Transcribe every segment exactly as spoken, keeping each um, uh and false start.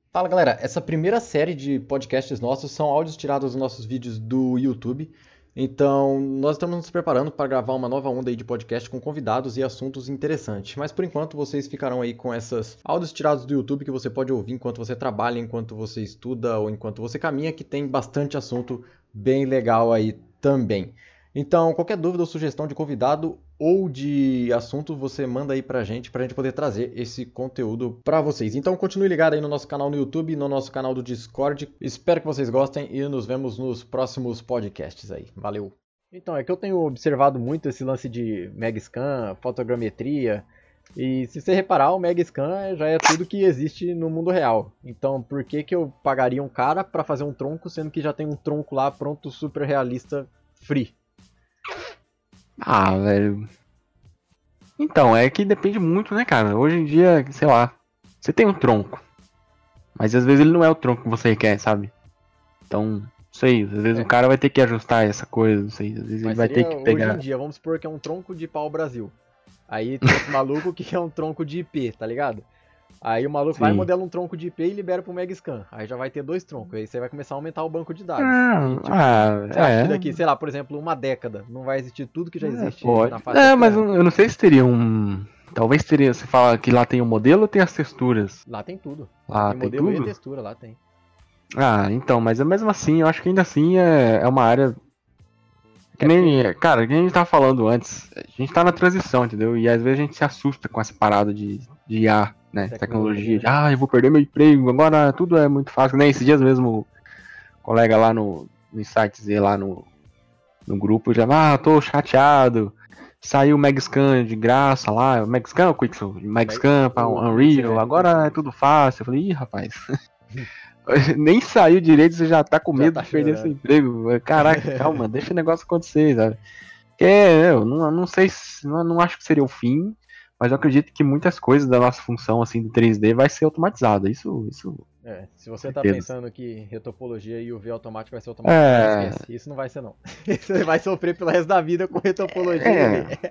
Fala galera, essa primeira série de podcasts nossos são áudios tirados dos nossos vídeos do YouTube. Então, nós estamos nos preparando para gravar uma nova onda aí de podcast com convidados e assuntos interessantes. Mas por enquanto vocês ficarão aí com esses áudios tirados do YouTube que você pode ouvir enquanto você trabalha, enquanto você estuda ou enquanto você caminha, que tem bastante assunto bem legal aí também. Então, qualquer dúvida ou sugestão de convidado ou de assunto, você manda aí pra gente, pra gente poder trazer esse conteúdo pra vocês. Então, continue ligado aí no nosso canal no YouTube, no nosso canal do Discord. Espero que vocês gostem e nos vemos nos próximos podcasts aí. Valeu! Então, é que eu tenho observado muito esse lance de Megascan, fotogrametria, e se você reparar, o Megascan já é tudo que existe no mundo real. Então, por que que eu pagaria um cara pra fazer um tronco, sendo que já tem um tronco lá pronto, super realista, free? Ah, velho. Então, é que depende muito, né, cara? Hoje em dia, sei lá, você tem um tronco, mas às vezes ele não é o tronco que você quer, sabe? Então, não sei, às vezes É. o cara vai ter que ajustar essa coisa, não sei, às vezes Mas ele vai ter seria que hoje pegar. em dia, vamos supor que é um tronco de pau Brasil. Aí tem esse maluco que é um tronco de I P, tá ligado? Aí o maluco vai, Sim. modela um tronco de I P e libera pro Megascan. Aí já vai ter dois troncos. Aí você vai começar a aumentar o banco de dados. Ah, E tipo, ah, você acha é. que daqui, sei lá, por exemplo, uma década, não vai existir tudo que já É, existe pode. na face É, da mas Terra? eu eu não sei se teria um. Talvez teria. Você fala que lá tem o modelo ou tem as texturas? Lá tem tudo. Lá Tem tem modelo e tudo? textura, lá tem. Ah, então, mas é mesmo assim, eu acho que ainda assim é, é uma área. Que nem, cara, que nem a gente tava falando antes, a gente tá na transição, entendeu? E às vezes a gente se assusta com essa parada de, de I A, né? Tecnologia, Tecnologia. De, né? ah, eu vou perder meu emprego, agora tudo é muito fácil. Nem esses dias mesmo, o colega lá no, no Insights, lá no, no grupo, já, ah, tô chateado. Saiu o Megascan de graça lá, o Megascan ou o Quixel? Megascan pra O Unreal, Quixel, é, agora Quixel. é tudo fácil. Eu falei, ih, rapaz. Nem saiu direito, você já tá com Já medo tá de perder chorando. seu emprego. Caraca, calma, deixa o negócio acontecer, sabe? Porque, eu não, não sei se. Não, não acho que seria o fim, mas eu acredito que muitas coisas da nossa função assim do três D vai ser automatizada. Isso. isso É, se você tá certeza. pensando que retopologia e U V automático vai ser automático, É. esquece. Isso não vai ser, não. Você vai sofrer pelo resto da vida com retopologia e U V.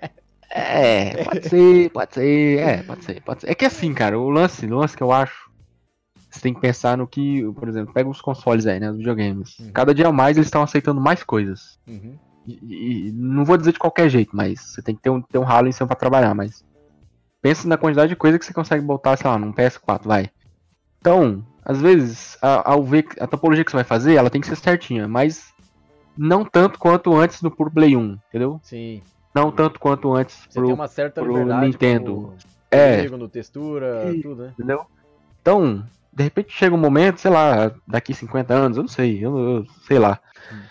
É, é, pode ser, pode ser, é, pode ser, pode ser. É que assim, cara, o lance, o lance que eu acho, você tem que pensar no que, por exemplo, pega os consoles aí, né, os videogames. Uhum. Cada dia mais eles estão aceitando mais coisas. Uhum. E, e não vou dizer de qualquer jeito, mas você tem que ter um, ter um ralo em cima pra trabalhar, mas pensa na quantidade de coisa que você consegue botar, sei lá, num P S quatro, vai. Então, às vezes, a, a U V, a topologia que você vai fazer, ela tem que ser certinha, mas não tanto quanto antes do pro Play um, entendeu? Sim. Não tanto quanto antes Você pro, tem uma certa pro liberdade Nintendo. como É, polígono, textura, e- tudo, né? entendeu? Então, de repente chega um momento, sei lá, daqui cinquenta anos, eu não sei, eu, eu sei lá. Hum.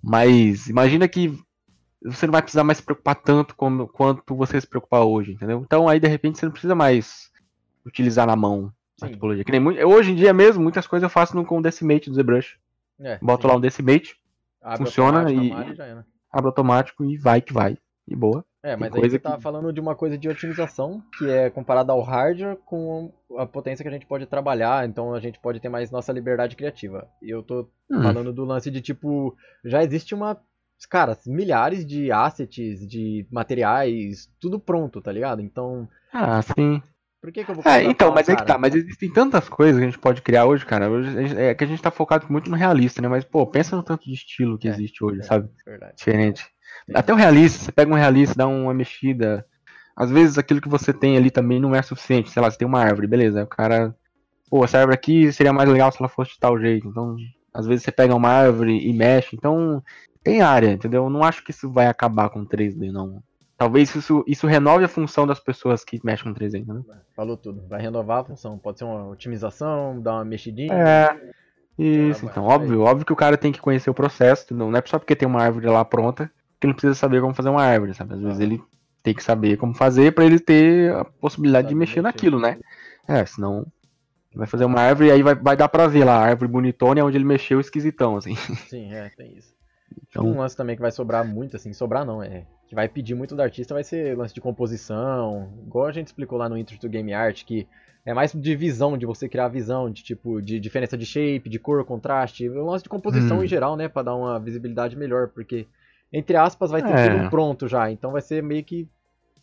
Mas imagina que você não vai precisar mais se preocupar tanto como, quanto você se preocupar hoje, entendeu? Então aí de repente você não precisa mais utilizar na mão a Sim. topologia. Que nem muito, hoje em dia mesmo, muitas coisas eu faço no, com o Decimate do ZBrush. É, Boto sim. lá um Decimate, Abre funciona automático a e malha e já era. abre automático e vai que vai. E boa. É, Tem mas aí coisa você tá que- falando de uma coisa de otimização, que é comparada ao hardware com a potência que a gente pode trabalhar, então a gente pode ter mais nossa liberdade criativa. E eu tô Hum. falando do lance de tipo, já existe uma, cara, milhares de assets, de materiais, tudo pronto, tá ligado? Então, Ah, sim. por que que eu vou É, contratar então, um mas é que cara? tá, mas existem tantas coisas que a gente pode criar hoje, cara. Hoje a gente- é que a gente tá focado muito no realista, né? Mas, pô, pensa no tanto de estilo que É, existe hoje, é, sabe? verdade. Diferente. Tem. Até o realista, você pega um realista, dá uma mexida. Às vezes aquilo que você tem ali também não é suficiente. Sei lá, você tem uma árvore, beleza. Aí o cara. Pô, essa árvore aqui seria mais legal se ela fosse de tal jeito. Então, às vezes você pega uma árvore e mexe. Então, tem área, entendeu? Eu não acho que isso vai acabar com três D, não. Talvez isso, isso renove a função das pessoas que mexem com três D, né? Falou tudo. Vai renovar a função. Pode ser uma otimização, dar uma mexidinha. É. Isso, Ah, então, vai. óbvio, óbvio que o cara tem que conhecer o processo, não é só porque tem uma árvore lá pronta que ele precisa saber como fazer uma árvore, sabe? Às vezes Aham. ele tem que saber como fazer pra ele ter a possibilidade de Sabe mexer mexer. naquilo, né? É, senão vai fazer uma árvore e aí vai, vai dar pra ver lá a árvore bonitona e onde ele mexeu esquisitão, assim. Sim, é, tem isso. Então, Um lance também que vai sobrar muito, assim, sobrar não, é. Que vai pedir muito do artista vai ser lance de composição, igual a gente explicou lá no Intro to Game Art, que é mais de visão, de você criar visão, de tipo, de diferença de shape, de cor, contraste, um lance de composição Hum. em geral, né, pra dar uma visibilidade melhor, porque, entre aspas, vai ter É. tudo pronto já, então vai ser meio que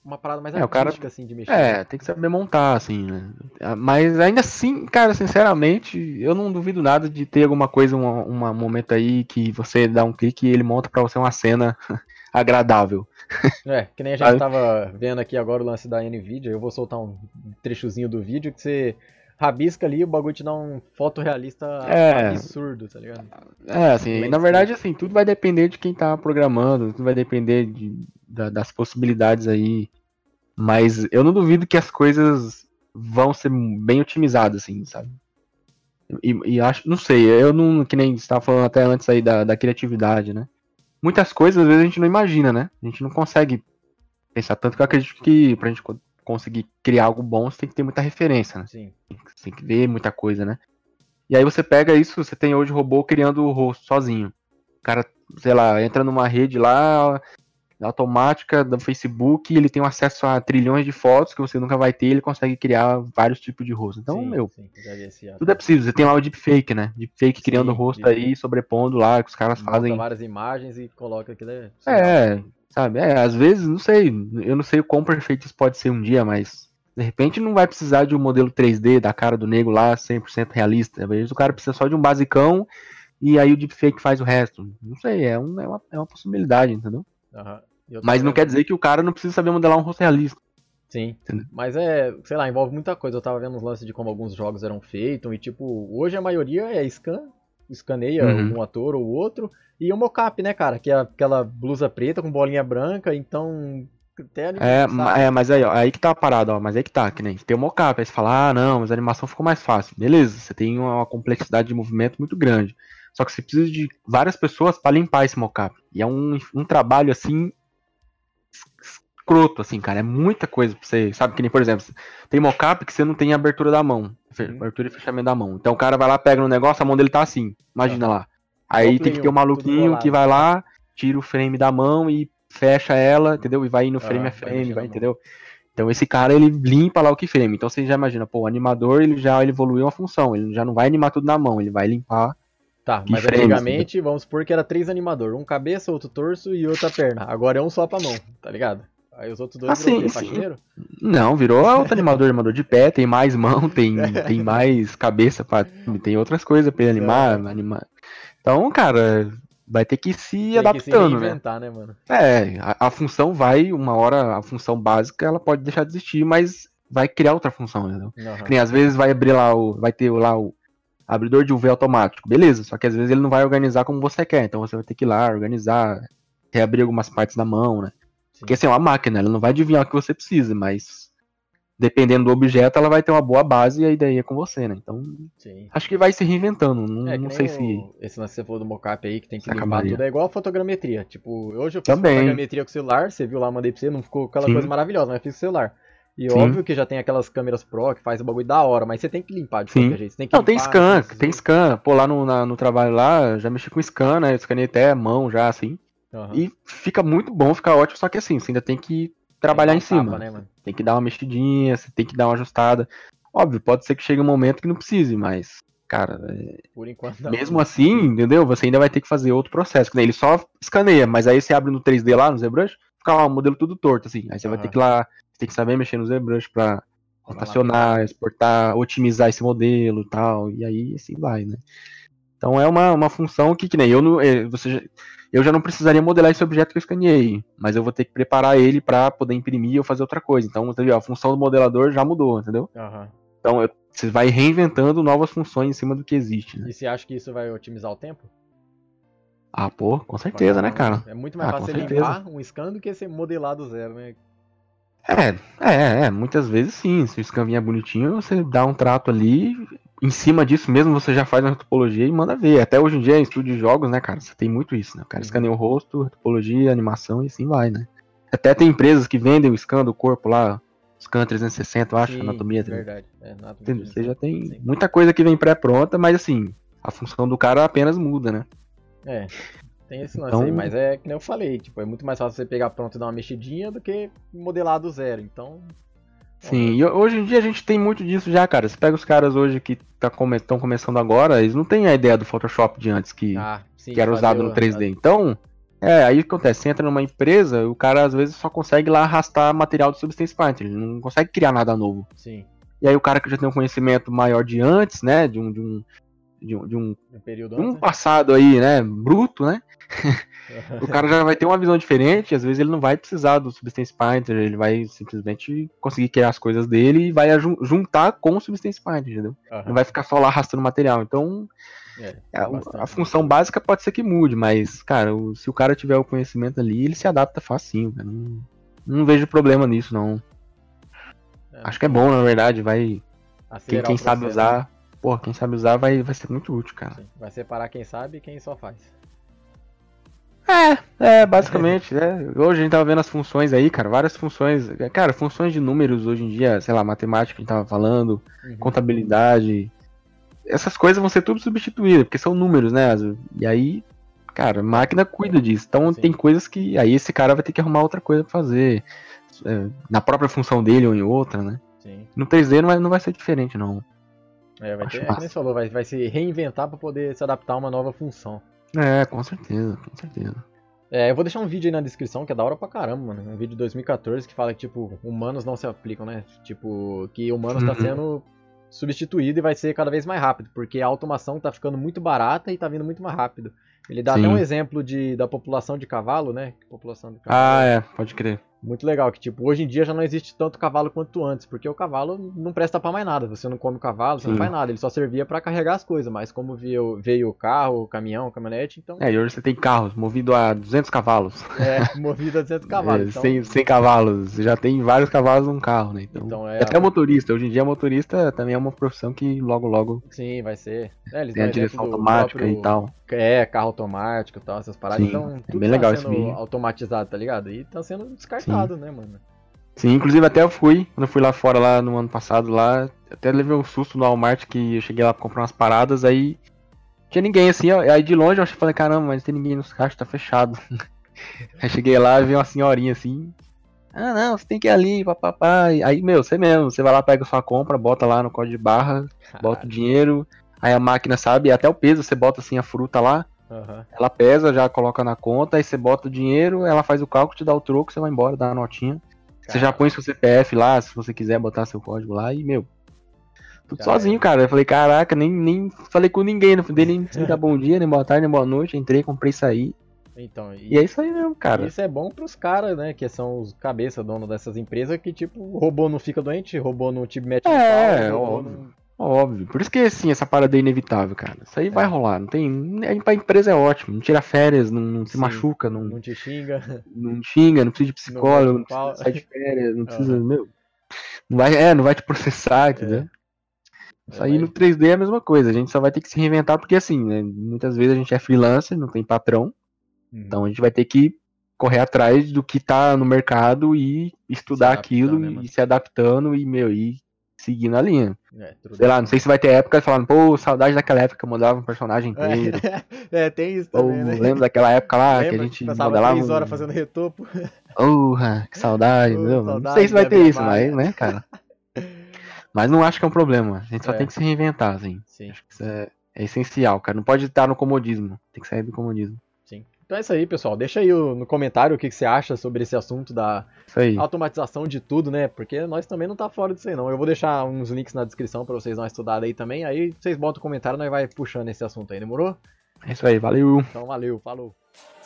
uma parada mais É, o cara- artística, assim, de mexer. É, tem que saber montar, assim, né? Ah, Mas ainda assim, cara, sinceramente, eu não duvido nada de ter alguma coisa, um, um momento aí que você dá um clique e ele monta pra você uma cena agradável. É, que nem a gente Sabe? tava vendo aqui agora o lance da Nvidia, eu vou soltar um trechozinho do vídeo que você rabisca ali e o bagulho te dá um fotorrealista É. absurdo, tá ligado? É, assim, Landscape. na verdade, assim, tudo vai depender de quem tá programando, tudo vai depender de- da- das possibilidades aí. Mas eu não duvido que as coisas vão ser bem otimizadas, assim, sabe? E, e acho, não sei, eu não, que nem você estava falando até antes aí da, da criatividade, né? Muitas coisas às vezes a gente não imagina, né? A gente não consegue pensar tanto que eu acredito que pra gente co- conseguir criar algo bom, você tem que ter muita referência, né? Sim. Você tem que ver muita coisa, né? E aí você pega isso, você tem hoje robô criando o rosto sozinho. O cara, sei lá, entra numa rede lá automática do Facebook, ele tem um acesso a trilhões de fotos que você nunca vai ter, ele consegue criar vários tipos de rosto. Então, sim, meu, sim, já vi esse ato. tudo é possível. Você tem lá o deepfake, né? Deepfake criando o Sim, rosto deepfake. aí, sobrepondo lá, que os caras Monta fazem. várias imagens e coloca aquilo é surreal. É, sabe? É, às vezes, não sei, eu não sei o quão perfeito isso pode ser um dia, mas de repente não vai precisar de um modelo três D da cara do nego lá, cem por cento realista. Às vezes o cara precisa só de um basicão e aí o deepfake faz o resto. Não sei, é, um, é, uma, é uma possibilidade, entendeu? Aham. E eu Mas tava não vendo- quer dizer que o cara não precisa saber modelar um rosto realista. Sim. Entendeu? Mas é, sei lá, envolve muita coisa. Eu tava vendo uns lances de como alguns jogos eram feitos e tipo, hoje a maioria é scan, escaneia Uhum. algum ator ou outro e o mocap, né, cara, que é aquela blusa preta com bolinha branca, então até ali, É, sabe? ma- é, mas aí, ó, aí que tá a parada, ó, mas aí que tá, que nem tem o mocap, aí você fala, ah, não, mas a animação ficou mais fácil. Beleza, você tem uma, uma complexidade de movimento muito grande. Só que você precisa de várias pessoas pra limpar esse mocap. E é um, um trabalho, assim, escroto, assim, cara, é muita coisa pra você, sabe, que nem, por exemplo, tem mocap que você não tem abertura da mão, fe- Uhum. abertura e fechamento da mão. Então o cara vai lá, pega no negócio, a mão dele tá assim, imagina Aham. lá. Aí Igual tem que Play ter um um, tudo maluquinho colado. que vai lá, tira o frame da mão e fecha ela, entendeu? E vai indo frame Aham, a vai frame, mexendo vai, a mão. entendeu? Então esse cara, ele limpa lá o keyframe. Então você já imagina, pô, o animador, ele já ele evoluiu uma função, ele já não vai animar tudo na mão, ele vai limpar. Tá, mas Keyframes, antigamente, vamos supor que era três animadores, um cabeça, outro torso e outra perna. Agora é um só pra mão, tá ligado? Aí os outros dois Ah, virou o sim, quê? sim. Faxineiro? Não, virou outro animador, animador de pé, tem mais mão, tem, tem mais cabeça, pra, tem outras coisas pra ele animar, Aham. animar. Então, cara, vai ter que se Tem que se adaptando, né? reinventar, né, mano? É, a, a função vai, uma hora, a função básica, ela pode deixar de existir, mas vai criar outra função, entendeu? Aham. Que nem às vezes vai abrir lá o. Vai ter lá o abridor de U V automático. Beleza, só que às vezes ele não vai organizar como você quer. Então você vai ter que ir lá, organizar, reabrir algumas partes da mão, né? Sim. Porque assim, é uma máquina, ela não vai adivinhar o que você precisa, mas dependendo do objeto, ela vai ter uma boa base e a ideia é com você, né? Então, Sim. acho que vai se reinventando. Não, É, que não nem sei o- se. esse lance que você falou do mocap aí, que tem que se limpar acabaria. tudo, é igual a fotogrametria. Tipo, hoje eu fiz Também. fotogrametria com o celular, você viu lá, mandei pra você, não ficou aquela Sim. coisa maravilhosa, mas eu fiz com o celular. E Sim. óbvio que já tem aquelas câmeras Pro que faz o bagulho da hora, mas você tem que limpar de Sim. qualquer jeito. Você tem que Não, tem limpar, scan, precisa- tem scan. Pô, lá no, na- no trabalho lá, já mexi com scan, né? Escanei até a mão já, assim. Aham. E fica muito bom, fica ótimo, só que assim, você ainda tem que trabalhar Tem em que dar um cima. tapa, né, mano? Tem que dar uma mexidinha, você tem que dar uma ajustada. Óbvio, pode ser que chegue um momento que não precise, mas, cara, é, Por enquanto não. mesmo assim, entendeu? Você ainda vai ter que fazer outro processo. Que nem ele só escaneia, mas aí você abre no três D lá, no ZBrush, fica lá o modelo tudo torto, assim. Aí você vai Aham. ter que ir lá, você tem que saber mexer no ZBrush pra rotacionar, lapidar. exportar, otimizar esse modelo e tal. E aí assim vai, né? Então é uma, uma função que, que nem eu não. eh, Você já, eu já não precisaria modelar esse objeto que eu escaneei, mas eu vou ter que preparar ele para poder imprimir ou fazer outra coisa. Então, entendeu? A função do modelador já mudou, entendeu? Aham. Então eu- você vai reinventando novas funções em cima do que existe, né? E você acha que isso vai otimizar o tempo? Ah, pô, com certeza, né, Caramba, cara? É muito mais Ah, fácil com você certeza. limpar um scan do que você modelar do zero, né? É, é, é, muitas vezes sim. Se o scan vier bonitinho, você dá um trato ali. Em cima disso mesmo, você já faz uma topologia e manda ver. Até hoje em dia, em estúdio de jogos, né, cara? Você tem muito isso, né? O cara Uhum. escaneia o rosto, topologia, animação e assim vai, né? Até tem empresas que vendem o scan do corpo lá, scan trezentos e sessenta, eu acho, Sim, anatomia. verdade. É, anatomia Entendeu? Você já tem Sim. muita coisa que vem pré-pronta, mas assim, a função do cara apenas muda, né? É, tem esse lance Então- aí, mas é que nem eu falei, tipo, é muito mais fácil você pegar pronto e dar uma mexidinha do que modelar do zero, então... Sim, e hoje em dia a gente tem muito disso já, cara. Você pega os caras hoje que tá come- tão começando agora, eles não têm a ideia do Photoshop de antes, que, Ah, sim, que era fazer usado o- no três D. Então, É, aí o que acontece, você entra numa empresa, o cara às vezes só consegue lá arrastar material do Substance Painter, ele não consegue criar nada novo. Sim. E aí o cara que já tem um conhecimento maior de antes, né, de um, de um, de um, de um, Um período de um antes, né? passado aí, né, bruto, né, o cara já vai ter uma visão diferente, às vezes ele não vai precisar do Substance Painter, ele vai simplesmente conseguir criar as coisas dele e vai aju- juntar com o Substance Painter, entendeu? Aham. Não vai ficar só lá arrastando material, então É, a, bastante, a função básica pode ser que mude, mas, cara, o- se o cara tiver o conhecimento ali, ele se adapta facinho, cara. Não, não vejo problema nisso, não. né? Acho que é bom, na verdade, vai... Quem, Acelerar quem o sabe processo, usar, pô, quem sabe usar vai, vai ser muito útil, cara. né? Vai separar quem sabe e quem só faz. É, é, basicamente, é. Hoje a gente tava vendo as funções aí, cara, várias funções. Cara, funções de números hoje em dia, sei lá, matemática que a gente tava falando, Uhum. contabilidade. Essas coisas vão ser tudo substituídas, porque são números, né? E aí, cara, a máquina cuida disso. Então Sim. tem coisas que aí esse cara vai ter que arrumar outra coisa pra fazer. É, na própria função dele ou em outra, né? Sim. No três D não vai, não vai ser diferente, não. É, vai Acho ter, é que nem massa. você falou, vai, vai se reinventar pra poder se adaptar a uma nova função. É, com certeza, com certeza. É, eu vou deixar um vídeo aí na descrição que é da hora pra caramba, mano. Um vídeo de dois mil e quatorze que fala que, tipo, humanos não se aplicam, né? Tipo, que humanos tá Uhum. sendo substituído e vai ser cada vez mais rápido, porque a automação tá ficando muito barata e tá vindo muito mais rápido. Ele dá até Sim. um exemplo de, da população de cavalo, né? População de Ah, cavalo. é, pode crer. Muito legal, que tipo, hoje em dia já não existe tanto cavalo quanto antes, porque o cavalo não presta pra mais nada, você não come o cavalo, você não Sim. faz nada, ele só servia pra carregar as coisas, mas como veio, veio o carro, o caminhão, a caminhonete, então É, e hoje você tem carros movidos a duzentos cavalos. é movido a duzentos cavalos. É, Então, cem, cem cavalos. Você já tem vários cavalos num carro, né? Então, Então, é e até a- motorista. Hoje em dia, motorista também é uma profissão que logo, logo sim, vai ser. É, eles tem a dão exemplo direção do automática próprio- e tal. É, carro automático e tal, essas paradas. Sim, Então, é tudo bem tá legal esse sendo vídeo. automatizado, tá ligado? E tá sendo descartado, né, mano? Sim, inclusive até eu fui, quando eu fui lá fora, lá no ano passado, lá, até levei um susto no Walmart, que eu cheguei lá pra comprar umas paradas, aí tinha ninguém assim, ó, aí de longe eu achei, falei, caramba, mas tem ninguém nos caixas, tá fechado. Aí cheguei lá e vi uma senhorinha assim, ah não, você tem que ir ali, papapá, aí, meu, você mesmo, você vai lá, pega sua compra, bota lá no código de barra, bota o dinheiro, aí a máquina sabe, até o peso, você bota assim a fruta lá, Aham. ela pesa, já coloca na conta, aí você bota o dinheiro, ela faz o cálculo, te dá o troco, você vai embora, dá a notinha. Você já Cara, põe seu C P F lá, se você quiser botar seu código lá e, meu, tudo Já sozinho, é. cara. Eu falei, caraca, nem, nem falei com ninguém, não dei nem sem dar bom dia, nem boa tarde, nem boa noite. Entrei, comprei, saí. Então, E é isso aí mesmo, cara. Isso é bom pros caras, né? Que são os cabeça, dono dessas empresas, que tipo, o robô não fica doente, o robô não te mete no É, pau, o robô óbvio. não... Óbvio. Por isso que, assim, essa parada é inevitável, cara. Isso aí vai É. rolar. Não tem. é, Pra empresa é ótimo. Não tira férias, não, não se Sim. machuca, não, não te xinga. não xinga, não precisa de psicólogo, mete não o pau. precisa sair de férias, não precisa. Aham. Meu. Não vai, é, não vai te processar, entendeu? Isso É, aí mas- no três D é a mesma coisa, a gente só vai ter que se reinventar porque assim, né, muitas vezes a gente é freelancer, não tem patrão, Uhum. então a gente vai ter que correr atrás do que tá no mercado e estudar Se adaptar, aquilo né, e mano? se adaptando e, meu, e seguindo a linha. É, tudo Sei lá, bem. não sei se vai ter época falando, pô, saudade daquela época que eu modelava um personagem inteiro. É, tem isso Ou também, né? lembro daquela época lá Lembra que a gente passava modelava três um... horas fazendo retopo. Porra, que saudade, Ô, meu. Não saudade sei se vai de ter abrir a isso, mas, malha. né, cara. Mas não acho que é um problema. A gente só É. tem que se reinventar, assim. Sim, Acho que isso é, é essencial, cara. Não pode estar no comodismo. Tem que sair do comodismo. sim. Então é isso aí, pessoal. Deixa aí o- no comentário o que, que você acha sobre esse assunto da Isso aí. automatização de tudo, né? Porque nós também não tá fora disso aí, não. Eu vou deixar uns links na descrição pra vocês dar uma estudada aí também. Aí vocês botam o comentário e nós vai puxando esse assunto aí, demorou? É isso aí. Valeu. Então valeu, falou.